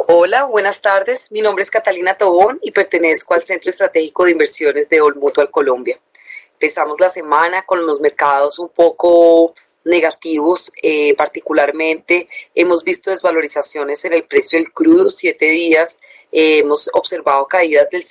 Hola, buenas tardes. Mi nombre es Catalina Tobón y pertenezco al Centro Estratégico de Inversiones de Old Mutual Colombia. Empezamos la semana con los mercados un poco negativos, particularmente hemos visto desvalorizaciones en el precio del crudo 7 días, hemos observado caídas del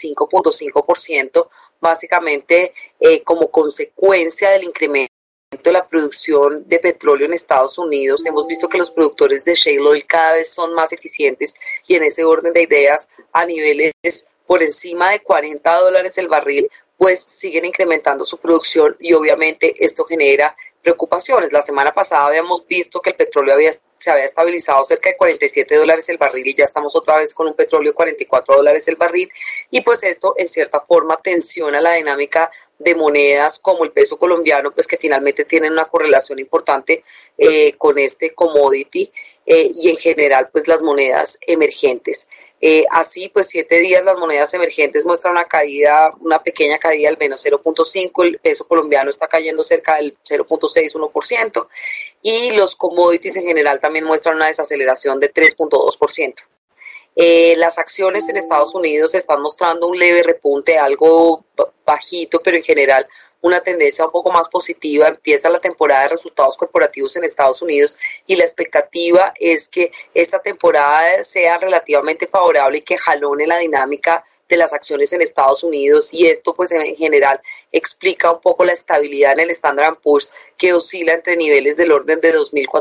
5.5%, básicamente como consecuencia del incremento de la producción de petróleo en Estados Unidos. Hemos visto que los productores de shale oil cada vez son más eficientes y en ese orden de ideas a niveles por encima de $40 el barril, pues siguen incrementando su producción y obviamente esto genera preocupaciones. La semana pasada habíamos visto que el petróleo se había estabilizado cerca de $47 el barril y ya estamos otra vez con un petróleo de $44 el barril y pues esto en cierta forma tensiona la dinámica de monedas como el peso colombiano, pues que finalmente tienen una correlación importante con este commodity y en general pues las monedas emergentes. Así pues 7 días las monedas emergentes muestran una caída, una pequeña caída del menos 0.5, el peso colombiano está cayendo cerca del 0.61% y los commodities en general también muestran una desaceleración de 3.2%. Las acciones en Estados Unidos están mostrando un leve repunte, algo bajito, pero en general una tendencia un poco más positiva. Empieza la temporada de resultados corporativos en Estados Unidos y la expectativa es que esta temporada sea relativamente favorable y que jalone la dinámica de las acciones en Estados Unidos y esto pues en general explica un poco la estabilidad en el Standard & Poor's que oscila entre niveles del orden de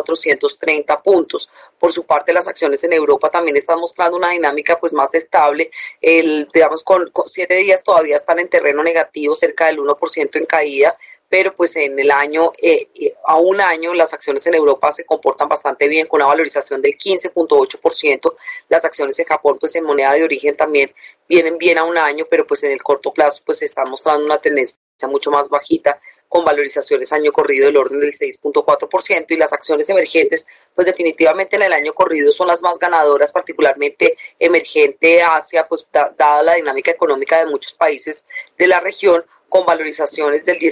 2.430 puntos. Por su parte las acciones en Europa también están mostrando una dinámica pues más estable, digamos con 7 días todavía están en terreno negativo, cerca del 1% en caída, pero pues en el año, a un año las acciones en Europa se comportan bastante bien con una valorización del 15.8%, las acciones en Japón pues en moneda de origen también vienen bien a un año, pero pues en el corto plazo pues se están mostrando una tendencia mucho más bajita con valorizaciones año corrido del orden del 6.4% y las acciones emergentes pues definitivamente en el año corrido son las más ganadoras, particularmente emergente Asia, pues dada la dinámica económica de muchos países de la región, con valorizaciones del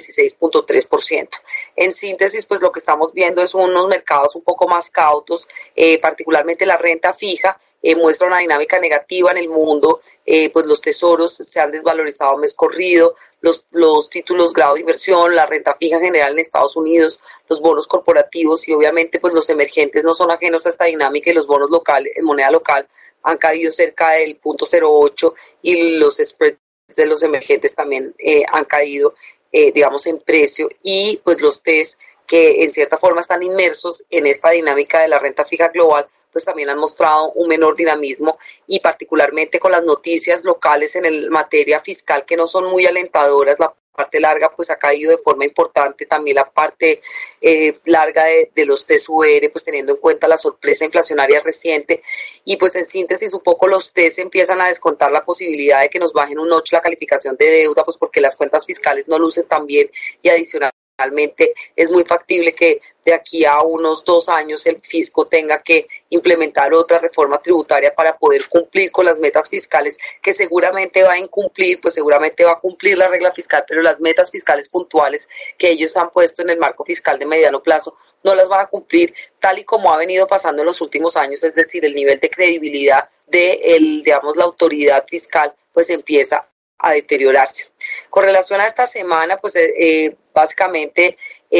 16.3%. En síntesis, pues lo que estamos viendo es unos mercados un poco más cautos, particularmente la renta fija, muestra una dinámica negativa en el mundo, pues los tesoros se han desvalorizado mes corrido, los títulos grado de inversión, la renta fija en general en Estados Unidos, los bonos corporativos y obviamente pues los emergentes no son ajenos a esta dinámica y los bonos locales, en moneda local han caído cerca del 0.08 y los spreads de los emergentes también han caído, digamos, en precio y pues los TES que en cierta forma están inmersos en esta dinámica de la renta fija global, pues también han mostrado un menor dinamismo y particularmente con las noticias locales en el materia fiscal que no son muy alentadoras, la parte larga pues ha caído de forma importante, también la parte larga de los TSUR, pues teniendo en cuenta la sorpresa inflacionaria reciente y pues en síntesis un poco los TES empiezan a descontar la posibilidad de que nos bajen un notch la calificación de deuda, pues porque las cuentas fiscales no lucen tan bien y adicionalmente es muy factible que de aquí a unos 2 años el fisco tenga que implementar otra reforma tributaria para poder cumplir con las metas fiscales que seguramente va a incumplir, pues seguramente va a cumplir la regla fiscal, pero las metas fiscales puntuales que ellos han puesto en el marco fiscal de mediano plazo no las van a cumplir tal y como ha venido pasando en los últimos años, es decir, el nivel de credibilidad de digamos, la autoridad fiscal pues empieza a deteriorarse. Con relación a esta semana, pues básicamente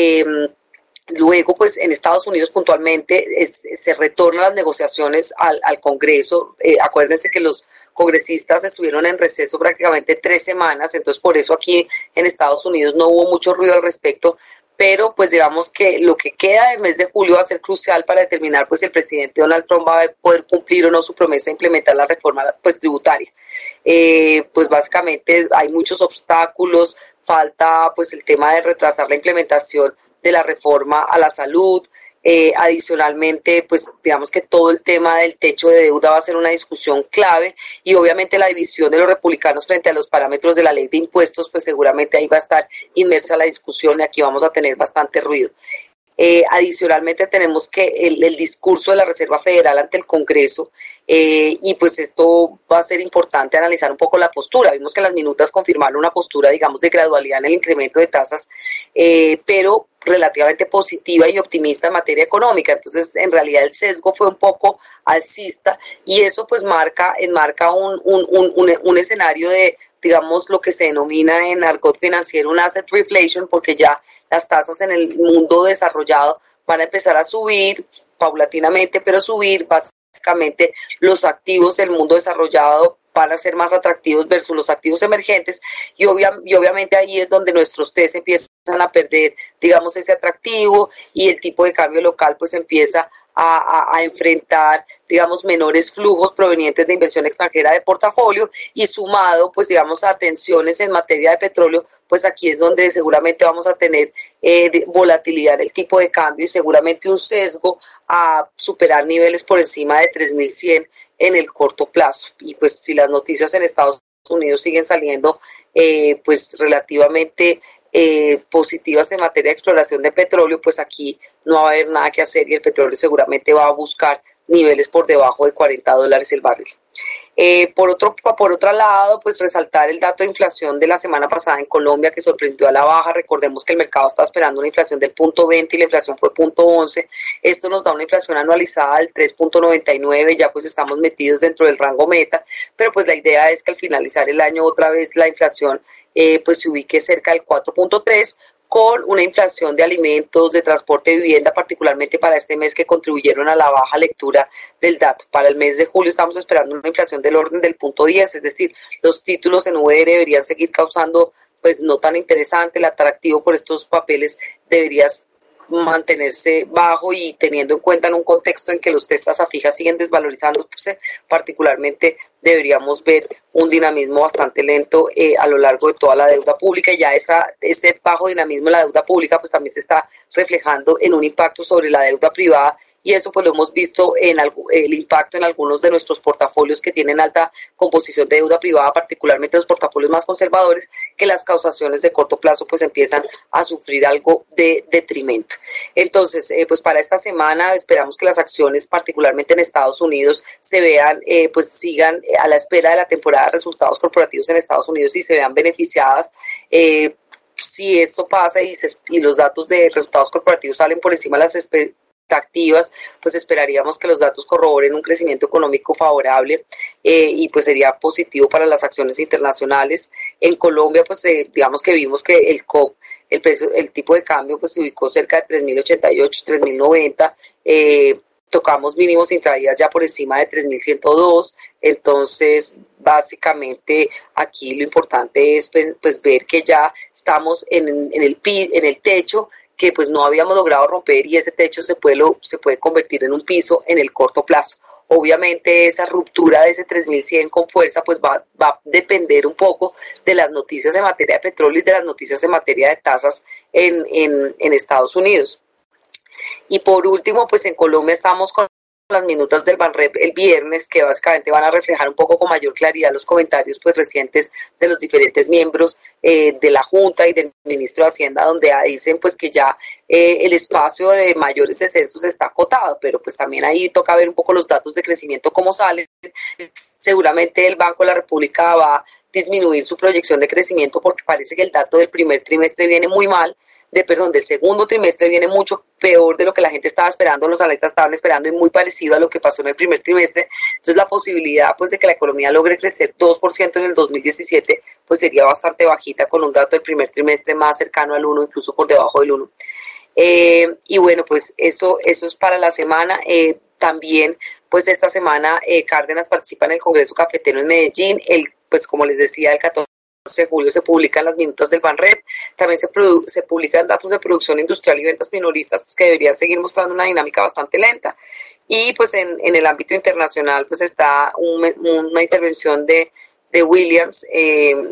luego, pues en Estados Unidos puntualmente se retornan las negociaciones al Congreso. Acuérdense que los congresistas estuvieron en receso prácticamente 3 semanas, entonces por eso aquí en Estados Unidos no hubo mucho ruido al respecto, pero pues digamos que lo que queda del mes de julio va a ser crucial para determinar pues si el presidente Donald Trump va a poder cumplir o no su promesa de implementar la reforma pues tributaria. Pues básicamente hay muchos obstáculos, falta pues el tema de retrasar la implementación de la reforma a la salud, adicionalmente pues digamos que todo el tema del techo de deuda va a ser una discusión clave y obviamente la división de los republicanos frente a los parámetros de la ley de impuestos pues seguramente ahí va a estar inmersa la discusión y aquí vamos a tener bastante ruido. Adicionalmente tenemos que el discurso de la Reserva Federal ante el Congreso, y pues esto va a ser importante analizar un poco la postura. Vimos que las minutas confirmaron una postura, digamos, de gradualidad en el incremento de tasas, pero relativamente positiva y optimista en materia económica. Entonces, en realidad el sesgo fue un poco alcista y eso pues enmarca un escenario de, digamos, lo que se denomina en argot financiero un asset reflation, porque ya las tasas en el mundo desarrollado van a empezar a subir paulatinamente, pero subir básicamente los activos del mundo desarrollado van a ser más atractivos versus los activos emergentes y obviamente ahí es donde nuestros TES empiezan a perder, digamos, ese atractivo y el tipo de cambio local pues empieza a enfrentar, digamos, menores flujos provenientes de inversión extranjera de portafolio y sumado, pues, digamos, a tensiones en materia de petróleo, pues aquí es donde seguramente vamos a tener volatilidad del tipo de cambio y seguramente un sesgo a superar niveles por encima de 3.100 en el corto plazo. Y pues si las noticias en Estados Unidos siguen saliendo pues relativamente positivas en materia de exploración de petróleo, pues aquí no va a haber nada que hacer y el petróleo seguramente va a buscar niveles por debajo de $40 el barril. Por otro lado, pues resaltar el dato de inflación de la semana pasada en Colombia que sorprendió a la baja. Recordemos que el mercado estaba esperando una inflación del 0.20 y la inflación fue 0.11. Esto nos da una inflación anualizada del 3.99, ya pues estamos metidos dentro del rango meta, pero pues la idea es que al finalizar el año otra vez la inflación pues se ubique cerca del 4.3, con una inflación de alimentos, de transporte, de vivienda, particularmente para este mes que contribuyeron a la baja lectura del dato. Para el mes de julio estamos esperando una inflación del orden del 0.10, es decir, los títulos en VR deberían seguir causando pues no tan interesante, el atractivo por estos papeles debería mantenerse bajo y teniendo en cuenta en un contexto en que los testas a fija siguen desvalorizando, pues, particularmente deberíamos ver un dinamismo bastante lento a lo largo de toda la deuda pública y ya ese bajo dinamismo en la deuda pública pues también se está reflejando en un impacto sobre la deuda privada y eso pues lo hemos visto en el impacto en algunos de nuestros portafolios que tienen alta composición de deuda privada, particularmente los portafolios más conservadores, que las causaciones de corto plazo pues empiezan a sufrir algo de detrimento. Entonces, pues para esta semana esperamos que las acciones, particularmente en Estados Unidos, se vean, pues sigan a la espera de la temporada de resultados corporativos en Estados Unidos y se vean beneficiadas. Si esto pasa y los datos de resultados corporativos salen por encima de las expectativas, pues esperaríamos que los datos corroboren un crecimiento económico favorable y pues sería positivo para las acciones internacionales. En Colombia, pues digamos que vimos que el tipo de cambio pues se ubicó cerca de 3.088, 3.090, tocamos mínimos intradías ya por encima de 3.102, entonces básicamente aquí lo importante es pues ver que ya estamos en el techo que pues no habíamos logrado romper y ese techo se puede convertir en un piso en el corto plazo. Obviamente esa ruptura de ese 3.100 con fuerza pues va a depender un poco de las noticias en materia de petróleo y de las noticias en materia de tasas en Estados Unidos. Y por último, pues en Colombia estamos con las minutas del Banrep el viernes, que básicamente van a reflejar un poco con mayor claridad los comentarios pues recientes de los diferentes miembros de la Junta y del ministro de Hacienda, donde dicen pues que ya el espacio de mayores descensos está acotado, pero pues también ahí toca ver un poco los datos de crecimiento cómo salen. Seguramente el Banco de la República va a disminuir su proyección de crecimiento porque parece que el dato del primer trimestre viene muy mal, del segundo trimestre viene mucho peor de lo que la gente estaba esperando, los analistas estaban esperando y muy parecido a lo que pasó en el primer trimestre. Entonces la posibilidad pues de que la economía logre crecer 2% en el 2017 pues sería bastante bajita con un dato del primer trimestre más cercano al 1, incluso por debajo del 1. Y bueno, pues eso es para la semana. También pues esta semana Cárdenas participa en el Congreso Cafetero en Medellín, pues como les decía, el 14 de julio se publican las minutas del Banrep, también se publican datos de producción industrial y ventas minoristas pues que deberían seguir mostrando una dinámica bastante lenta. Y pues en el ámbito internacional pues está una intervención de Williams, el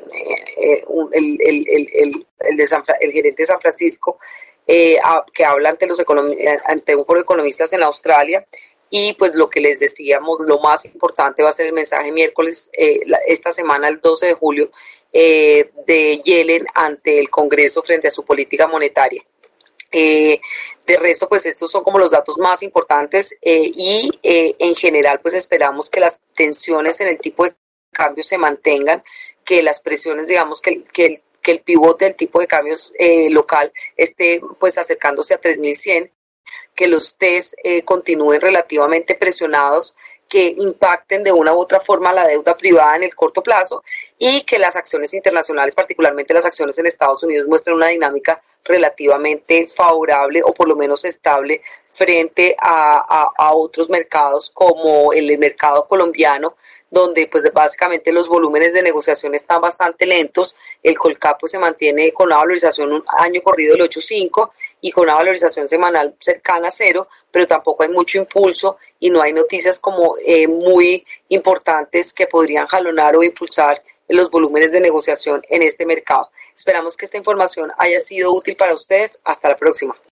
gerente de San Francisco, que habla ante un foro de economistas en Australia. Y pues lo que les decíamos, lo más importante va a ser el mensaje miércoles, esta semana, el 12 de julio, de Yellen ante el Congreso frente a su política monetaria. Eh, de resto, pues estos son como los datos más importantes en general, pues esperamos que las tensiones en el tipo de cambio se mantengan, que las presiones, digamos, que el pivote del tipo de cambios local esté pues acercándose a 3.100, que los test continúen relativamente presionados, que impacten de una u otra forma la deuda privada en el corto plazo y que las acciones internacionales, particularmente las acciones en Estados Unidos, muestren una dinámica relativamente favorable o por lo menos estable frente a otros mercados como el mercado colombiano, donde pues básicamente los volúmenes de negociación están bastante lentos, el Colcap pues se mantiene con una valorización un año corrido del 8.5 y con una valorización semanal cercana a cero, pero tampoco hay mucho impulso y no hay noticias como muy importantes que podrían jalonar o impulsar los volúmenes de negociación en este mercado. Esperamos que esta información haya sido útil para ustedes. Hasta la próxima.